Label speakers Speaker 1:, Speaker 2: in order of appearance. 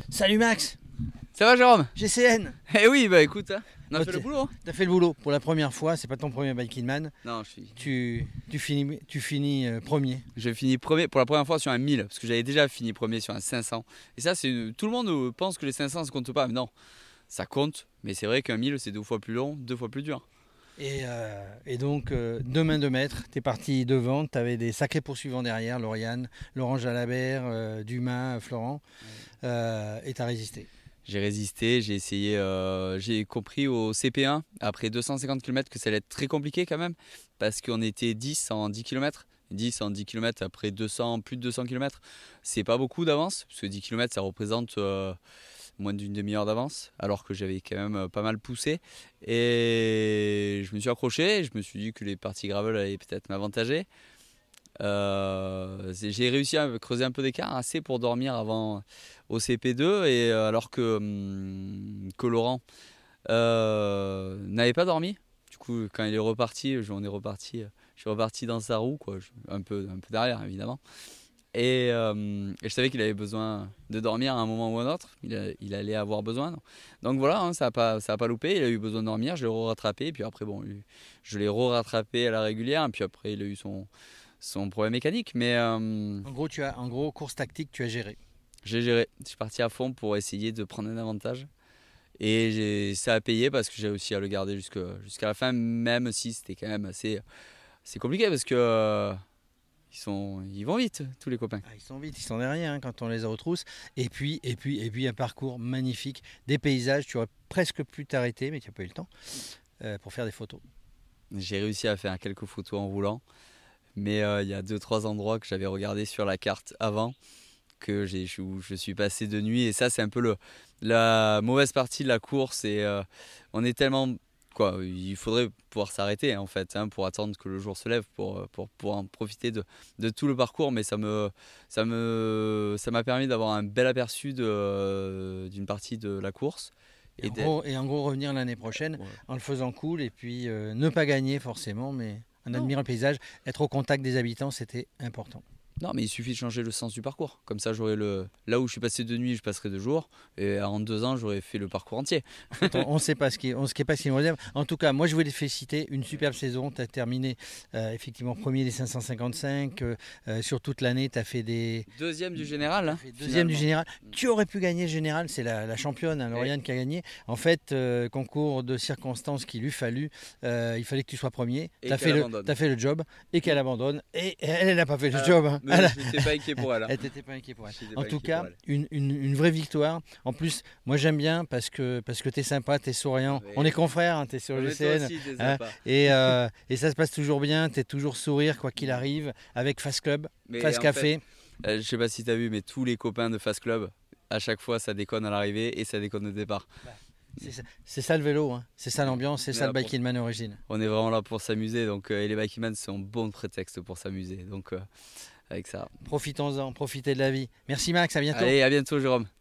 Speaker 1: Salut Max,
Speaker 2: Ça va Jérôme?
Speaker 1: GCN.
Speaker 2: Eh oui, bah écoute, hein, on a
Speaker 1: Oh,
Speaker 2: fait le boulot. Hein.
Speaker 1: T'as fait le boulot pour la première fois, c'est pas ton premier Biking Man.
Speaker 2: Non, je suis.
Speaker 1: Tu finis premier.
Speaker 2: J'ai fini premier pour la première fois sur un 1000, parce que j'avais déjà fini premier sur un 500. Et ça, tout le monde pense que les 500 ça compte pas, mais non, ça compte. Mais c'est vrai qu'un 1000 c'est 2 fois plus long, 2 fois plus dur.
Speaker 1: Et donc, 2 mains 2 mètres, t'es parti devant, t'avais des sacrés poursuivants derrière, Lauriane, Laurent Jalabert, Dumas, Florent, et t'as résisté.
Speaker 2: J'ai résisté, j'ai essayé, j'ai compris au CP1, après 250 km, que ça allait être très compliqué quand même, parce qu'on était 10 en 10 km. 10 en 10 km après 200, plus de 200 km, c'est pas beaucoup d'avance, parce que 10 km ça représente moins d'une demi-heure d'avance, alors que j'avais quand même pas mal poussé. Et je me suis accroché, et je me suis dit que les parties gravel allaient peut-être m'avantager. J'ai réussi à creuser un peu d'écart, assez pour dormir avant au CP2, et alors que Laurent n'avait pas dormi. Du coup, quand il est reparti, je suis reparti dans sa roue, quoi, un peu derrière évidemment. Et je savais qu'il avait besoin de dormir à un moment ou à un autre. Il allait avoir besoin. Donc voilà, hein, ça a pas loupé. Il a eu besoin de dormir, je l'ai rattrapé. Et puis après, bon, je l'ai rattrapé à la régulière. Et puis après, il a eu son problème mécanique. Mais
Speaker 1: En gros, course tactique, tu as géré.
Speaker 2: j'ai géré. Je suis parti à fond pour essayer de prendre un avantage. Et ça a payé parce que j'ai réussi à le garder jusqu'à la fin, même si c'était quand même assez compliqué parce que ils vont vite, tous les copains.
Speaker 1: Ah, ils sont vite, ils sont derrière hein, quand on les retrousse. Et puis un parcours magnifique, des paysages. Tu aurais presque pu t'arrêter, mais tu n'as pas eu le temps pour faire des photos.
Speaker 2: J'ai réussi à faire quelques photos en roulant, mais il y a 2-3 endroits que j'avais regardé sur la carte avant, où je suis passé de nuit. Et ça, c'est un peu la mauvaise partie de la course. Et on est tellement... Quoi, il faudrait pouvoir s'arrêter en fait, hein, pour attendre que le jour se lève pour en profiter de tout le parcours. Mais ça m'a permis d'avoir un bel aperçu d'une partie de la course.
Speaker 1: En gros, revenir l'année prochaine
Speaker 2: Ouais.
Speaker 1: en le faisant cool et puis ne pas gagner forcément, mais en
Speaker 2: Non.
Speaker 1: admirant le paysage, être au contact des habitants, c'était important.
Speaker 2: Non, mais il suffit de changer le sens du parcours. Comme ça, là où je suis passé de nuit, je passerai de jour. Et en 2 ans, j'aurais fait le parcours entier.
Speaker 1: On ne sait pas ce qui nous réserve. En tout cas, moi, je voulais te féliciter. Une superbe saison. Tu as terminé effectivement premier des 555. Sur toute l'année, tu as fait des.
Speaker 2: Deuxième du général. Hein,
Speaker 1: Deuxième du
Speaker 2: finalement.
Speaker 1: général. Tu aurais pu gagner le général. C'est la championne, hein, Lauriane, qui a gagné. En fait, concours de circonstances qu'il lui fallut. Il fallait que tu sois premier.
Speaker 2: Et
Speaker 1: Tu as
Speaker 2: qu'elle
Speaker 1: fait le job et qu'elle abandonne. Et elle n'a pas fait le job. Hein.
Speaker 2: Mais je n'étais pas inquiet pour elle. Hein.
Speaker 1: Elle n'était pas inquiet pour elle.
Speaker 2: J'étais
Speaker 1: En
Speaker 2: pas
Speaker 1: tout
Speaker 2: inquiet
Speaker 1: cas,
Speaker 2: pour elle.
Speaker 1: une vraie victoire. En plus, moi j'aime bien parce que tu es sympa, tu es souriant.
Speaker 2: Oui.
Speaker 1: On est confrères, hein, tu es sur
Speaker 2: Mais
Speaker 1: le
Speaker 2: toi
Speaker 1: GCN.
Speaker 2: aussi, t'es
Speaker 1: Hein,
Speaker 2: sympa.
Speaker 1: et ça se passe toujours bien, tu es toujours sourire quoi qu'il arrive avec Fast Club,
Speaker 2: Mais
Speaker 1: Fast
Speaker 2: en
Speaker 1: Café.
Speaker 2: je sais pas si tu as vu, mais tous les copains de Fast Club, à chaque fois, ça déconne à l'arrivée et ça déconne au départ.
Speaker 1: C'est ça le vélo, hein. C'est ça l'ambiance, c'est
Speaker 2: On est
Speaker 1: ça le
Speaker 2: là pour-
Speaker 1: Biking Man origine.
Speaker 2: On est vraiment là pour s'amuser. Donc, et les Bikeman sont un bon prétexte pour s'amuser. Donc, avec ça.
Speaker 1: Profitons-en, profitez de la vie. Merci Max, à bientôt.
Speaker 2: Allez, à bientôt, Jérôme.